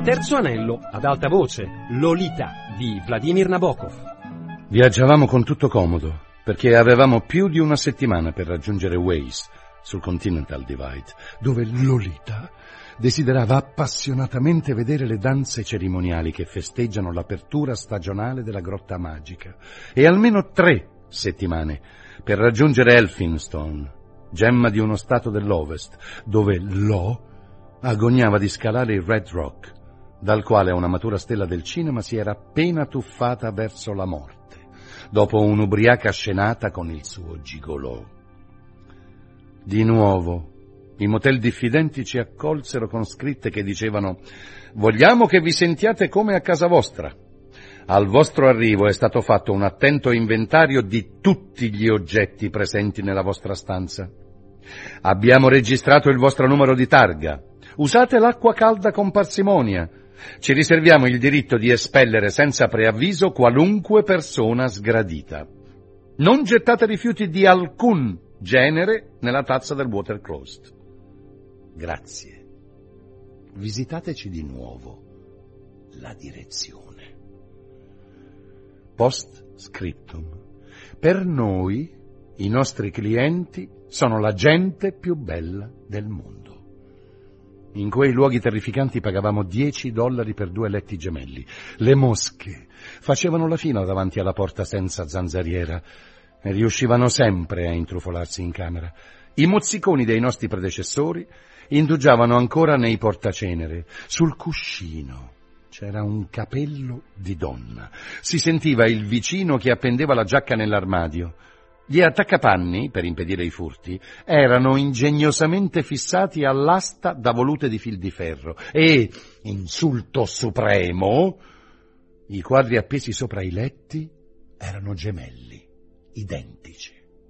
Terzo anello, ad alta voce, Lolita, di Vladimir Nabokov. Viaggiavamo con tutto comodo, perché avevamo più di una settimana per raggiungere Waze, sul Continental Divide, dove Lolita desiderava appassionatamente vedere le danze cerimoniali che festeggiano l'apertura stagionale della Grotta Magica, e almeno 3 settimane per raggiungere Elphinstone, gemma di uno stato dell'Ovest, dove Lo agognava di scalare il Red Rock, dal quale una matura stella del cinema si era appena tuffata verso la morte, dopo un'ubriaca scenata con il suo gigolò. Di nuovo, i motel diffidenti ci accolsero con scritte che dicevano: «Vogliamo che vi sentiate come a casa vostra. Al vostro arrivo è stato fatto un attento inventario di tutti gli oggetti presenti nella vostra stanza. Abbiamo registrato il vostro numero di targa. Usate l'acqua calda con parsimonia. Ci riserviamo il diritto di espellere senza preavviso qualunque persona sgradita. Non gettate rifiuti di alcun genere nella tazza del Watercloset. Grazie. Visitateci di nuovo. La direzione». Post scriptum. Per noi, i nostri clienti sono la gente più bella del mondo. In quei luoghi terrificanti pagavamo $10 per 2 letti gemelli. Le mosche facevano la fila davanti alla porta senza zanzariera e riuscivano sempre a intrufolarsi in camera. I mozziconi dei nostri predecessori indugiavano ancora nei portacenere. Sul cuscino c'era un capello di donna. Si sentiva il vicino che appendeva la giacca nell'armadio. Gli attaccapanni, per impedire i furti, erano ingegnosamente fissati all'asta da volute di fil di ferro e, insulto supremo, i quadri appesi sopra i letti erano gemelli, identici.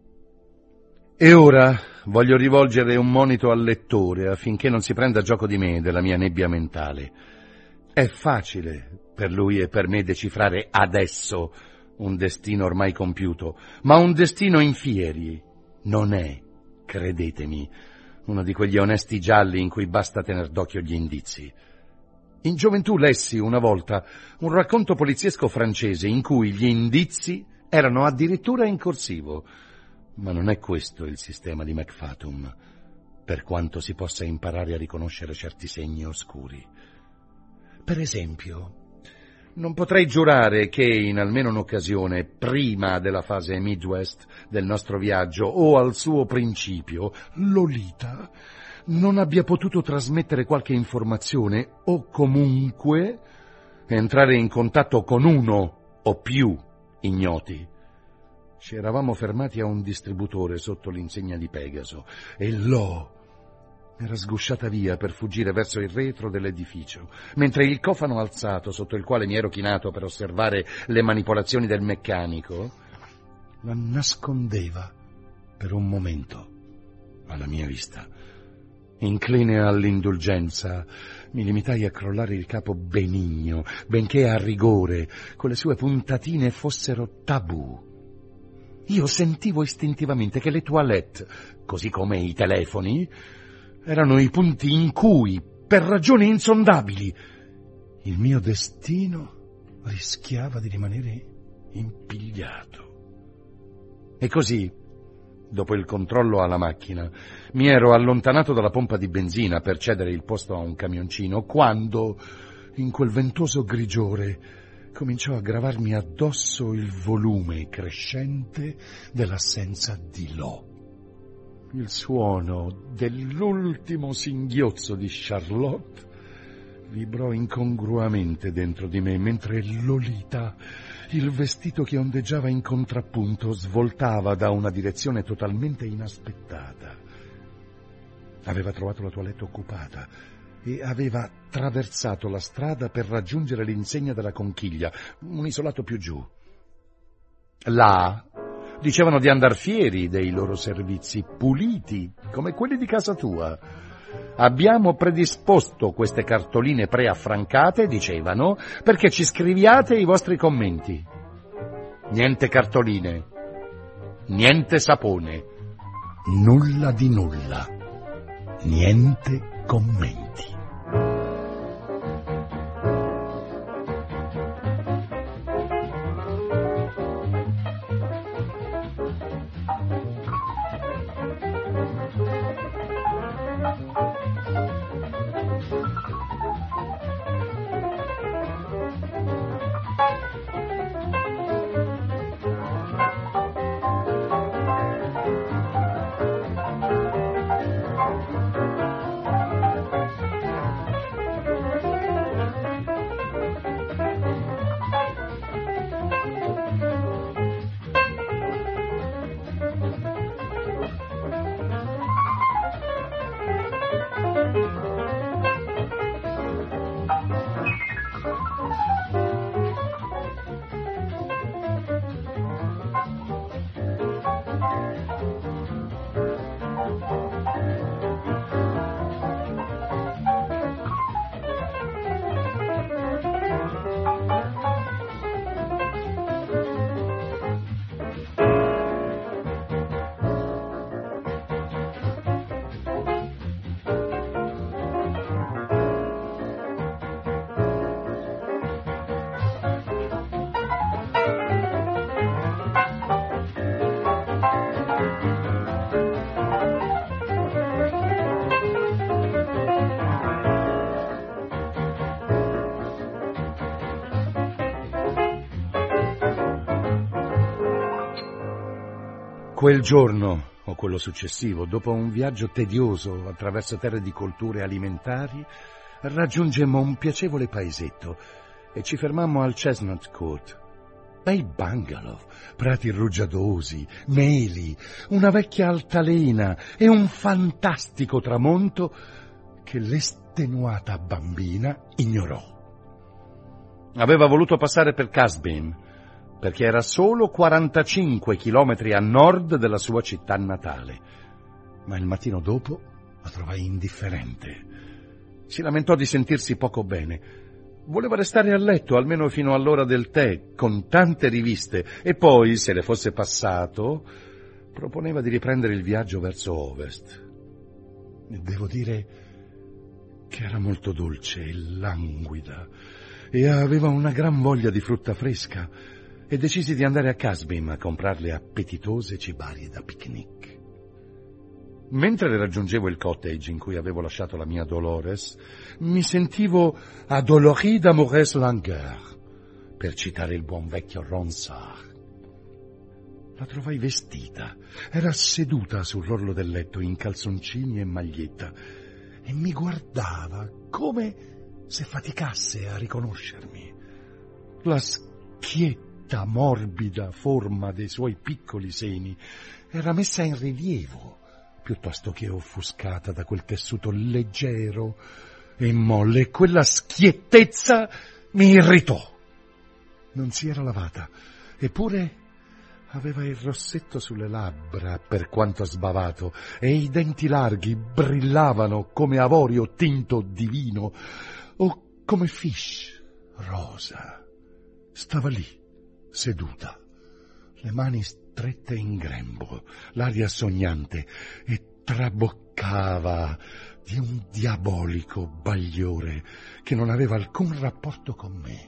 E ora voglio rivolgere un monito al lettore affinché non si prenda gioco di me e della mia nebbia mentale. È facile per lui e per me decifrare adesso un destino ormai compiuto, ma un destino in fieri non è, credetemi, uno di quegli onesti gialli in cui basta tener d'occhio gli indizi. In gioventù lessi una volta un racconto poliziesco francese in cui gli indizi erano addirittura in corsivo, ma non è questo il sistema di McFadden, per quanto si possa imparare a riconoscere certi segni oscuri. Per esempio, non potrei giurare che in almeno un'occasione, prima della fase Midwest del nostro viaggio o al suo principio, Lolita non abbia potuto trasmettere qualche informazione o comunque entrare in contatto con uno o più ignoti. Ci eravamo fermati a un distributore sotto l'insegna di Pegaso e Lo era sgusciata via per fuggire verso il retro dell'edificio, mentre il cofano alzato sotto il quale mi ero chinato per osservare le manipolazioni del meccanico la nascondeva per un momento alla mia vista. Incline all'indulgenza, mi limitai a crollare il capo benigno, benché a rigore, con le sue puntatine fossero tabù. Io sentivo istintivamente che le toilette, così come i telefoni, erano i punti in cui, per ragioni insondabili, il mio destino rischiava di rimanere impigliato. E così, dopo il controllo alla macchina, mi ero allontanato dalla pompa di benzina per cedere il posto a un camioncino, quando, in quel ventoso grigiore, cominciò a gravarmi addosso il volume crescente dell'assenza di Lo. Il suono dell'ultimo singhiozzo di Charlotte vibrò incongruamente dentro di me, mentre Lolita, il vestito che ondeggiava in contrappunto, svoltava da una direzione totalmente inaspettata. Aveva trovato la toilette occupata e aveva attraversato la strada per raggiungere l'insegna della Conchiglia, un isolato più giù. Là dicevano di andar fieri dei loro servizi, puliti come quelli di casa tua. Abbiamo predisposto queste cartoline preaffrancate, dicevano, perché ci scriviate i vostri commenti. Niente cartoline, niente sapone, nulla di nulla, niente commenti. Quel giorno o quello successivo, dopo un viaggio tedioso attraverso terre di colture alimentari, raggiungemmo un piacevole paesetto e ci fermammo al Chestnut Court. Bei bungalow, prati rugiadosi, meli, una vecchia altalena e un fantastico tramonto che l'estenuata bambina ignorò. Aveva voluto passare per Casbin, perché era solo 45 chilometri a nord della sua città natale. Ma il mattino dopo la trovai indifferente. Si lamentò di sentirsi poco bene. Voleva restare a letto almeno fino all'ora del tè, con tante riviste, e poi, se le fosse passato, proponeva di riprendere il viaggio verso ovest. E devo dire che era molto dolce e languida, e aveva una gran voglia di frutta fresca, e decisi di andare a Casbin a comprarle appetitose cibarie da picnic. Mentre raggiungevo il cottage in cui avevo lasciato la mia Dolores, mi sentivo adolori d'amoureuse langueur, per citare il buon vecchio Ronsard. La trovai vestita, era seduta sull'orlo del letto in calzoncini e maglietta e mi guardava come se faticasse a riconoscermi. La schietta, morbida forma dei suoi piccoli seni era messa in rilievo, piuttosto che offuscata da quel tessuto leggero e molle, e quella schiettezza mi irritò. Non si era lavata, eppure aveva il rossetto sulle labbra per quanto sbavato, e i denti larghi brillavano come avorio tinto di vino, o come fish rosa. Stava lì, seduta, le mani strette in grembo, l'aria sognante, e traboccava di un diabolico bagliore che non aveva alcun rapporto con me.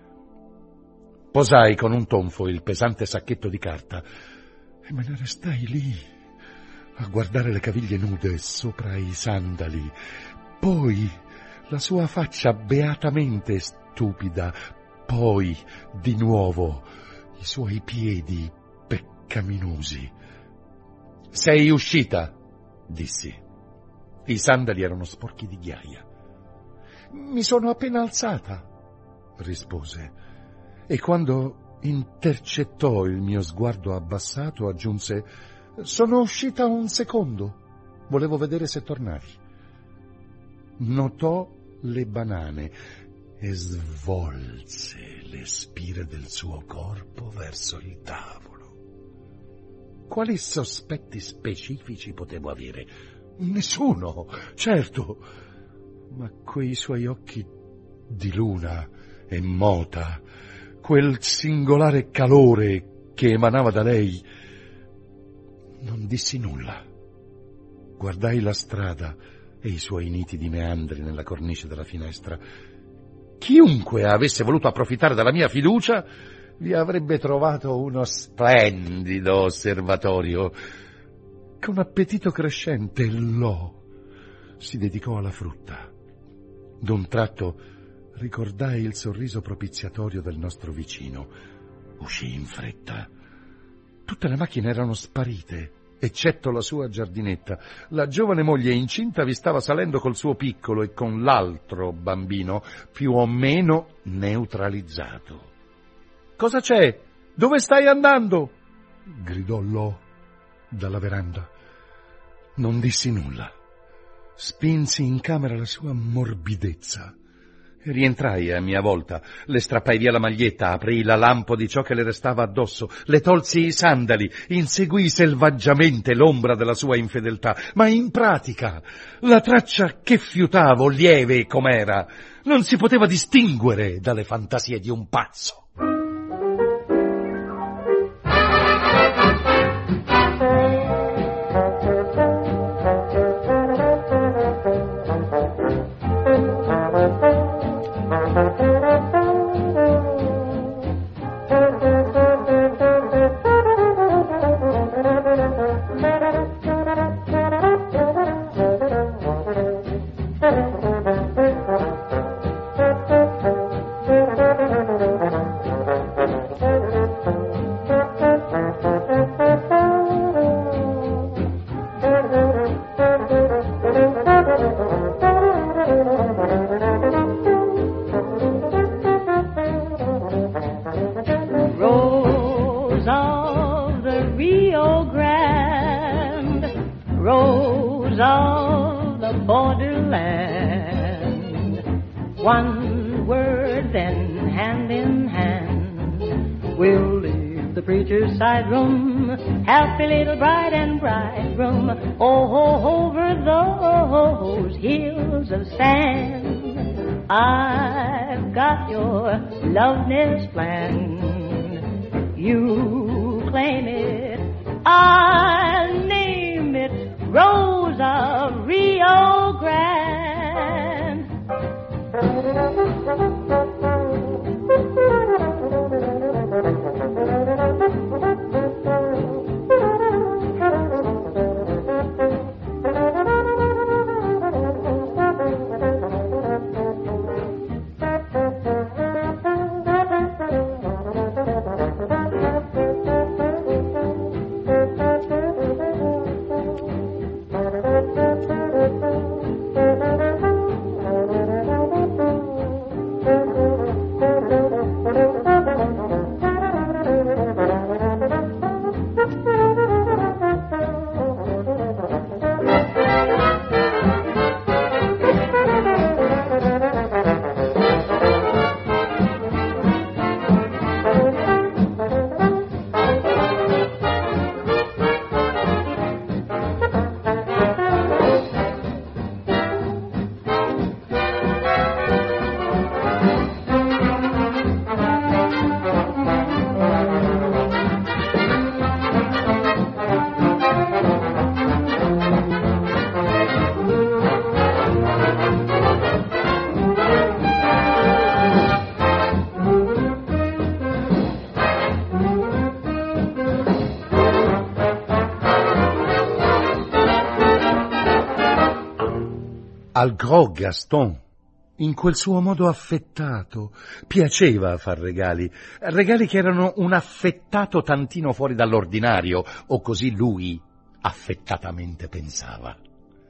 Posai con un tonfo il pesante sacchetto di carta e me ne restai lì a guardare le caviglie nude sopra i sandali, poi la sua faccia beatamente stupida, poi di nuovo i suoi piedi peccaminosi. «Sei uscita?» dissi. I sandali erano sporchi di ghiaia. «Mi sono appena alzata», rispose, e quando intercettò il mio sguardo abbassato aggiunse: «Sono uscita un secondo, volevo vedere se tornavi». Notò le banane e svolse le spire del suo corpo verso il tavolo. Quali sospetti specifici potevo avere? Nessuno, certo, ma quei suoi occhi di luna e mota, quel singolare calore che emanava da lei. Non dissi nulla. Guardai la strada e i suoi nitidi meandri nella cornice della finestra. Chiunque avesse voluto approfittare della mia fiducia vi avrebbe trovato uno splendido osservatorio. Con appetito crescente Lo si dedicò alla frutta. D'un tratto ricordai il sorriso propiziatorio del nostro vicino. Uscì in fretta. Tutte le macchine erano sparite, eccetto la sua giardinetta. La giovane moglie incinta vi stava salendo col suo piccolo e con l'altro bambino più o meno neutralizzato. «Cosa c'è? Dove stai andando?» gridò Lo dalla veranda. Non dissi nulla. Spinsi in camera la sua morbidezza e rientrai a mia volta. Le strappai via la maglietta, aprii la lampo di ciò che le restava addosso, le tolsi i sandali, inseguii selvaggiamente l'ombra della sua infedeltà, ma in pratica la traccia che fiutavo, lieve com'era, non si poteva distinguere dalle fantasie di un pazzo. one word, then hand in hand we'll leave the preacher's side room, happy little bride and bridegroom, over those hills of sand. I've got your love nest planned. You claim it, I'll name it Rose of Rio Grande. Al Gros Gaston, in quel suo modo affettato, piaceva a far regali che erano un affettato tantino fuori dall'ordinario, o così lui affettatamente pensava.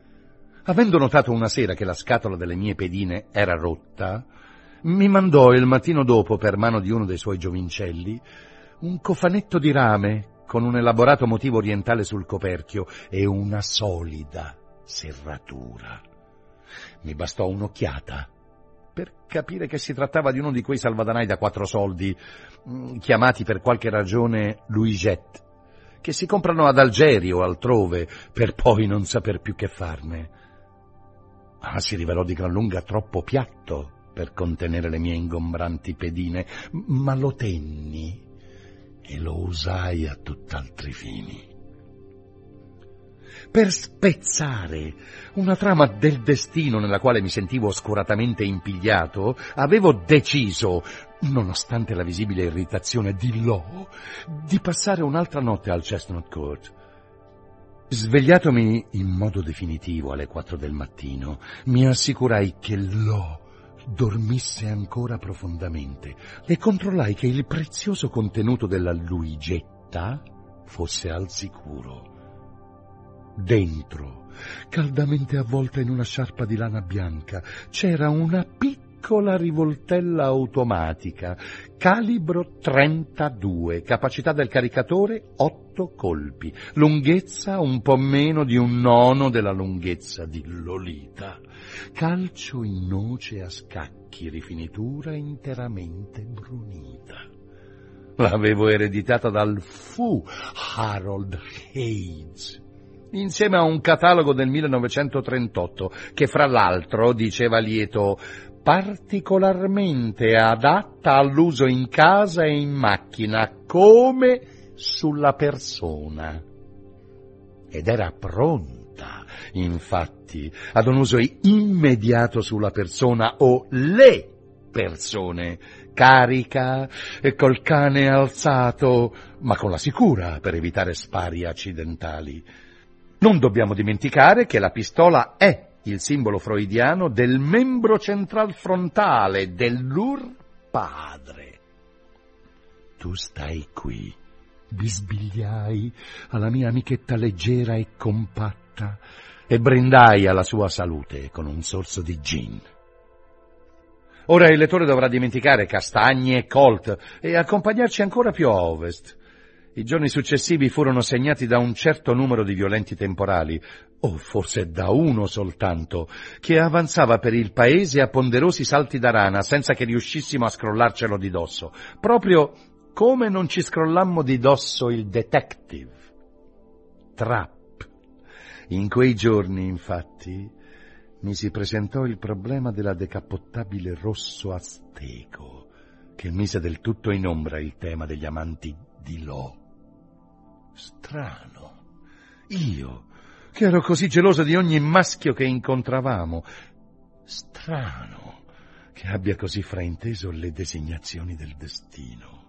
Avendo notato una sera che la scatola delle mie pedine era rotta, mi mandò il mattino dopo, per mano di uno dei suoi giovincelli, un cofanetto di rame con un elaborato motivo orientale sul coperchio e una solida serratura. Mi bastò un'occhiata per capire che si trattava di uno di quei salvadanai da 4 soldi, chiamati per qualche ragione Louisette, che si comprano ad Algeri o altrove per poi non saper più che farne. Si rivelò di gran lunga troppo piatto per contenere le mie ingombranti pedine, ma lo tenni e lo usai a tutt'altri fini. Per spezzare una trama del destino nella quale mi sentivo oscuratamente impigliato, avevo deciso, nonostante la visibile irritazione di Lo, di passare un'altra notte al Chestnut Court. Svegliatomi in modo definitivo alle 4 del mattino, mi assicurai che Lo dormisse ancora profondamente e controllai che il prezioso contenuto della Luigetta fosse al sicuro. Dentro, caldamente avvolta in una sciarpa di lana bianca, c'era una piccola rivoltella automatica, calibro 32, capacità del caricatore 8 colpi, lunghezza un po' meno di 1/9 della lunghezza di Lolita, calcio in noce a scacchi, rifinitura interamente brunita. L'avevo ereditata dal fu Harold Hayes, insieme a un catalogo del 1938 che fra l'altro diceva lieto particolarmente adatta all'uso in casa e in macchina come sulla persona. Ed era pronta, infatti, ad un uso immediato sulla persona o le persone, carica e col cane alzato, ma con la sicura per evitare spari accidentali. Non dobbiamo dimenticare che la pistola è il simbolo freudiano del membro central frontale del lur padre. Tu stai qui, bisbigliai alla mia amichetta leggera e compatta e brindai alla sua salute con un sorso di gin. Ora il lettore dovrà dimenticare Castagni e Colt e accompagnarci ancora più a ovest. I giorni successivi furono segnati da un certo numero di violenti temporali, o forse da uno soltanto, che avanzava per il paese a ponderosi salti da rana senza che riuscissimo a scrollarcelo di dosso, proprio come non ci scrollammo di dosso il detective. Trapp. In quei giorni, infatti, mi si presentò il problema della decappottabile Rosso Azteco, che mise del tutto in ombra il tema degli amanti di Lo. Strano. Io, che ero così geloso di ogni maschio che incontravamo. Strano che abbia così frainteso le designazioni del destino.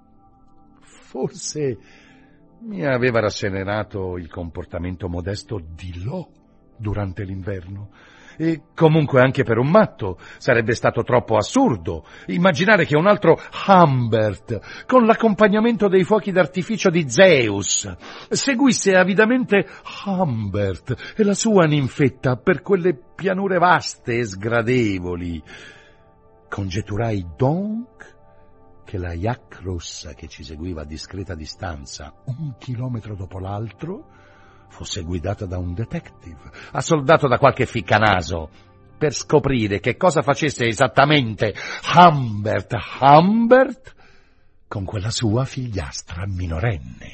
Forse mi aveva rasserenato il comportamento modesto di Lo durante l'inverno. E comunque anche per un matto sarebbe stato troppo assurdo immaginare che un altro Humbert, con l'accompagnamento dei fuochi d'artificio di Zeus, seguisse avidamente Humbert e la sua ninfetta per quelle pianure vaste e sgradevoli. Congetturai donc che la Yak rossa che ci seguiva a discreta distanza 1 chilometro dopo l'altro fosse guidata da un detective, assoldato da qualche ficcanaso, per scoprire che cosa facesse esattamente Humbert con quella sua figliastra minorenne.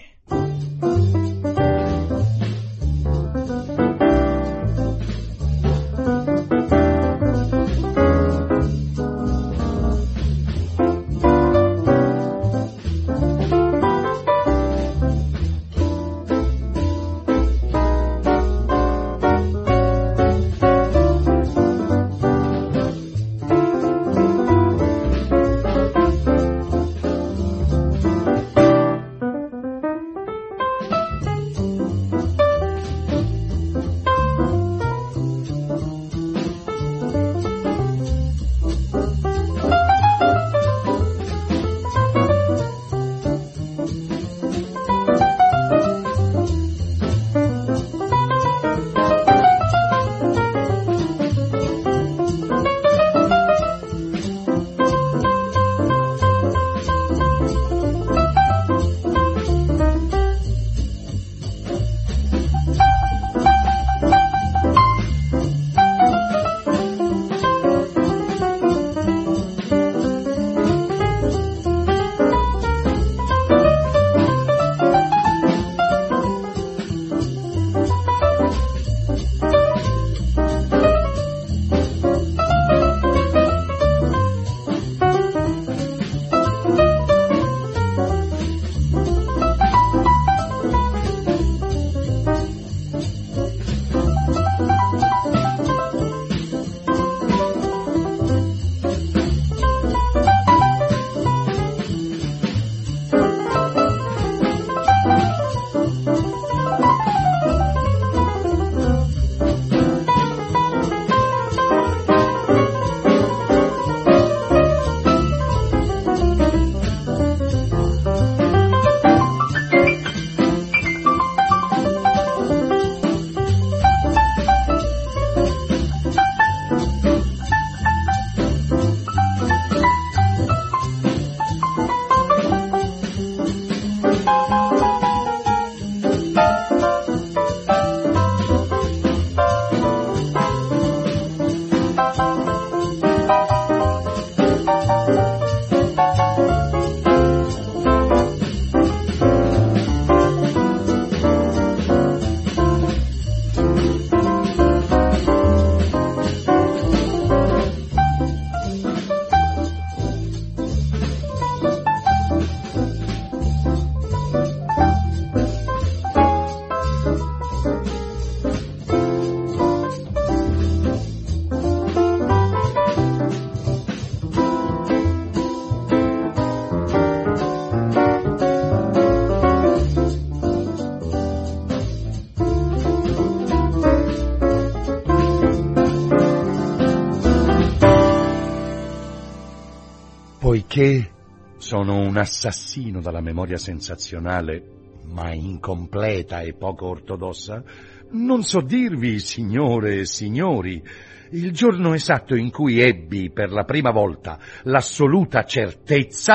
Poiché sono un assassino dalla memoria sensazionale, ma incompleta e poco ortodossa, non so dirvi, signore e signori, il giorno esatto in cui ebbi per la prima volta l'assoluta certezza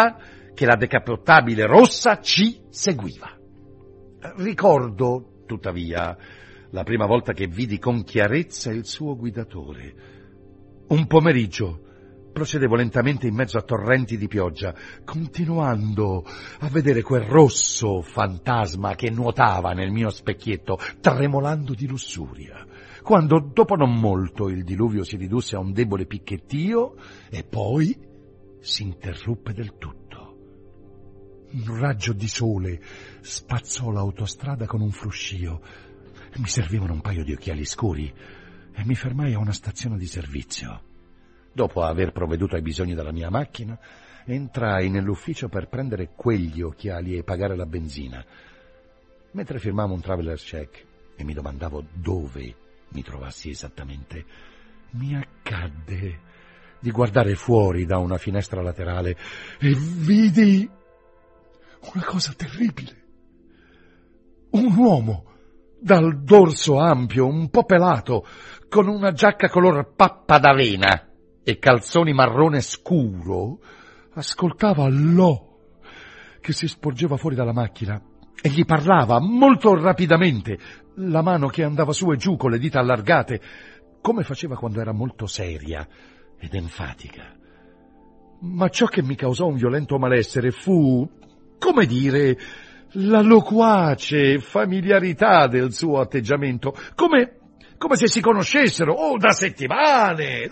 che la decapottabile rossa ci seguiva. Ricordo, tuttavia, la prima volta che vidi con chiarezza il suo guidatore. Un pomeriggio procedevo lentamente in mezzo a torrenti di pioggia, continuando a vedere quel rosso fantasma che nuotava nel mio specchietto, tremolando di lussuria, quando dopo non molto il diluvio si ridusse a un debole picchettio e poi si interruppe del tutto. Un raggio di sole spazzò l'autostrada con un fruscio. Mi servivano un paio di occhiali scuri e mi fermai a una stazione di servizio. Dopo aver provveduto ai bisogni della mia macchina, entrai nell'ufficio per prendere quegli occhiali e pagare la benzina. Mentre firmavo un traveler's check e mi domandavo dove mi trovassi esattamente, mi accadde di guardare fuori da una finestra laterale e vidi una cosa terribile. Un uomo dal dorso ampio, un po' pelato, con una giacca color pappa d'avena e calzoni marrone scuro, ascoltava Lo, che si sporgeva fuori dalla macchina, e gli parlava molto rapidamente, la mano che andava su e giù con le dita allargate, come faceva quando era molto seria ed enfatica. Ma ciò che mi causò un violento malessere fu, come dire, la loquace familiarità del suo atteggiamento, come se si conoscessero, da settimane.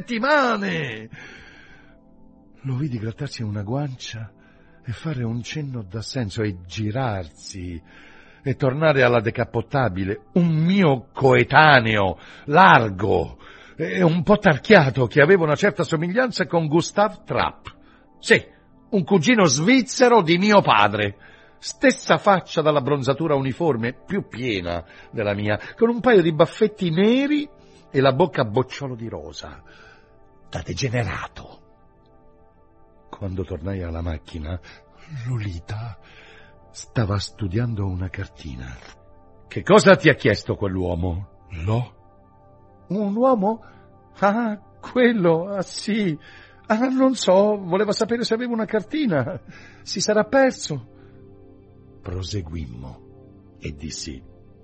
Lo vidi grattarsi una guancia e fare un cenno d'assenso e girarsi e tornare alla decapottabile, un mio coetaneo, largo e un po' tarchiato, che aveva una certa somiglianza con Gustav Trapp. Sì, un cugino svizzero di mio padre. Stessa faccia dalla bronzatura uniforme, più piena della mia, con un paio di baffetti neri e la bocca a bocciolo di rosa, da degenerato. Quando tornai alla macchina, Lolita stava studiando una cartina. Che cosa ti ha chiesto quell'uomo? Lo? Un uomo? Ah, quello, sì. Ah, non so, voleva sapere se avevo una cartina. Si sarà perso. Proseguimmo e dissi: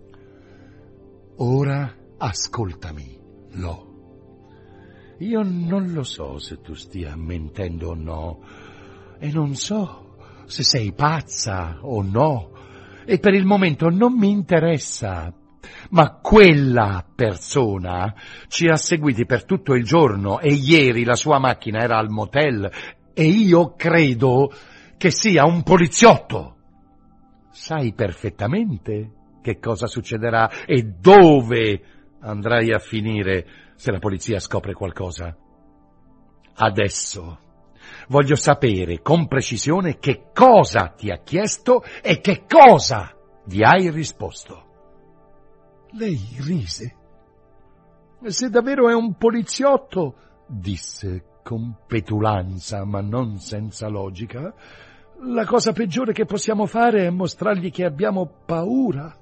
ora ascoltami, Lo. Io non lo so se tu stia mentendo o no, e non so se sei pazza o no, e per il momento non mi interessa, ma quella persona ci ha seguiti per tutto il giorno e ieri la sua macchina era al motel e io credo che sia un poliziotto. Sai perfettamente che cosa succederà e dove andrai a finire se la polizia scopre qualcosa. Adesso voglio sapere con precisione che cosa ti ha chiesto e che cosa gli hai risposto. Lei rise. Se davvero è un poliziotto, disse con petulanza ma non senza logica, la cosa peggiore che possiamo fare è mostrargli che abbiamo paura.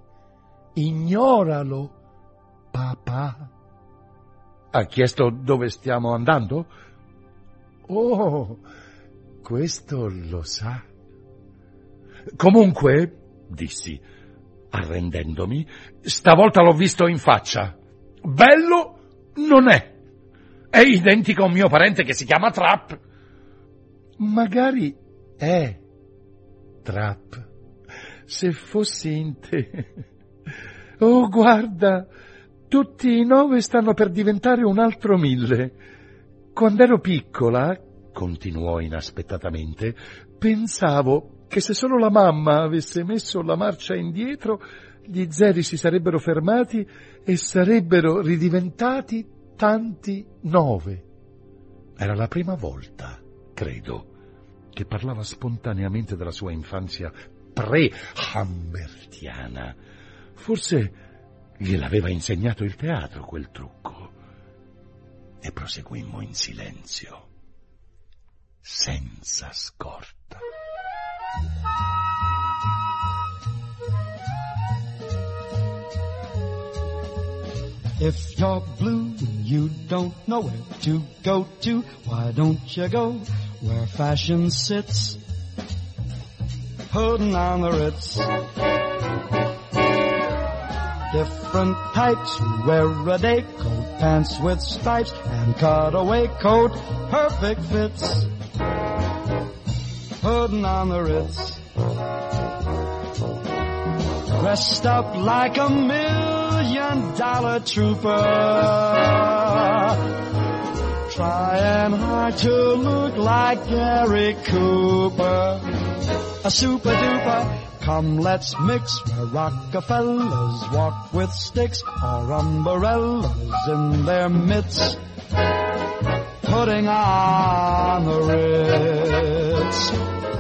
Ignoralo, papà. Ha chiesto dove stiamo andando? Oh, questo lo sa. Comunque, dissi, arrendendomi, stavolta l'ho visto in faccia. Bello non è. È identico a un mio parente che si chiama Trapp. Magari è Trapp, se fossi in te. Oh, guarda, tutti i 9 stanno per diventare un altro 1000. Quando ero piccola, continuò inaspettatamente, pensavo che se solo la mamma avesse messo la marcia indietro, gli zeri si sarebbero fermati e sarebbero ridiventati tanti 9. Era la prima volta, credo, che parlava spontaneamente della sua infanzia pre-hambertiana. Forse gliel'aveva insegnato il teatro quel trucco. E proseguimmo in silenzio, senza scorta. If you're blue and you don't know where to go to, why don't you go where fashion sits? putting on the Ritz. Different types who wear a day coat, pants with stripes, and cutaway coat, perfect fits. Putting on the Ritz. Dressed up like a $1 million trooper, trying hard to look like Gary Cooper. A super duper. Come, let's mix where Rockefellers walk with sticks or umbrellas in their mitts, putting on the Ritz.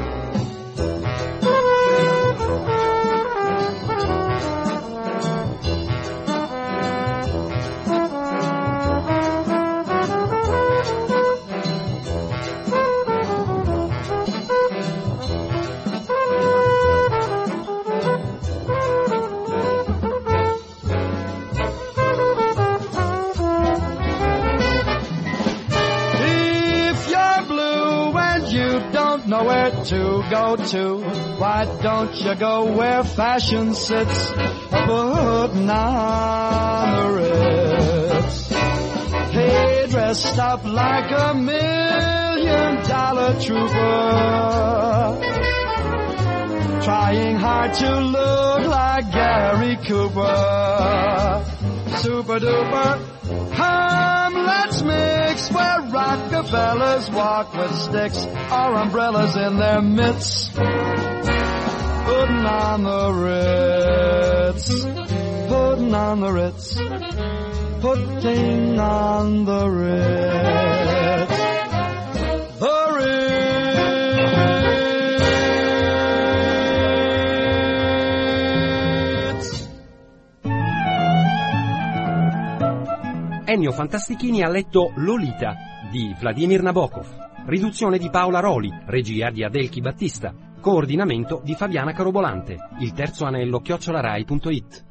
Nowhere to go to, why don't you go where fashion sits, putting on the Ritz. Hey, dressed up like a $1 million trooper, trying hard to look like Gary Cooper. Super duper, come, let's mix where Rockefellers walk with sticks or umbrellas in their mitts, putting on the Ritz, putting on the Ritz, putting on the Ritz, the Ritz. Ennio Fantastichini ha letto Lolita di Vladimir Nabokov, riduzione di Paola Roli, regia di Adelchi Battista, coordinamento di Fabiana Carobolante, Il Terzo Anello @rai.it.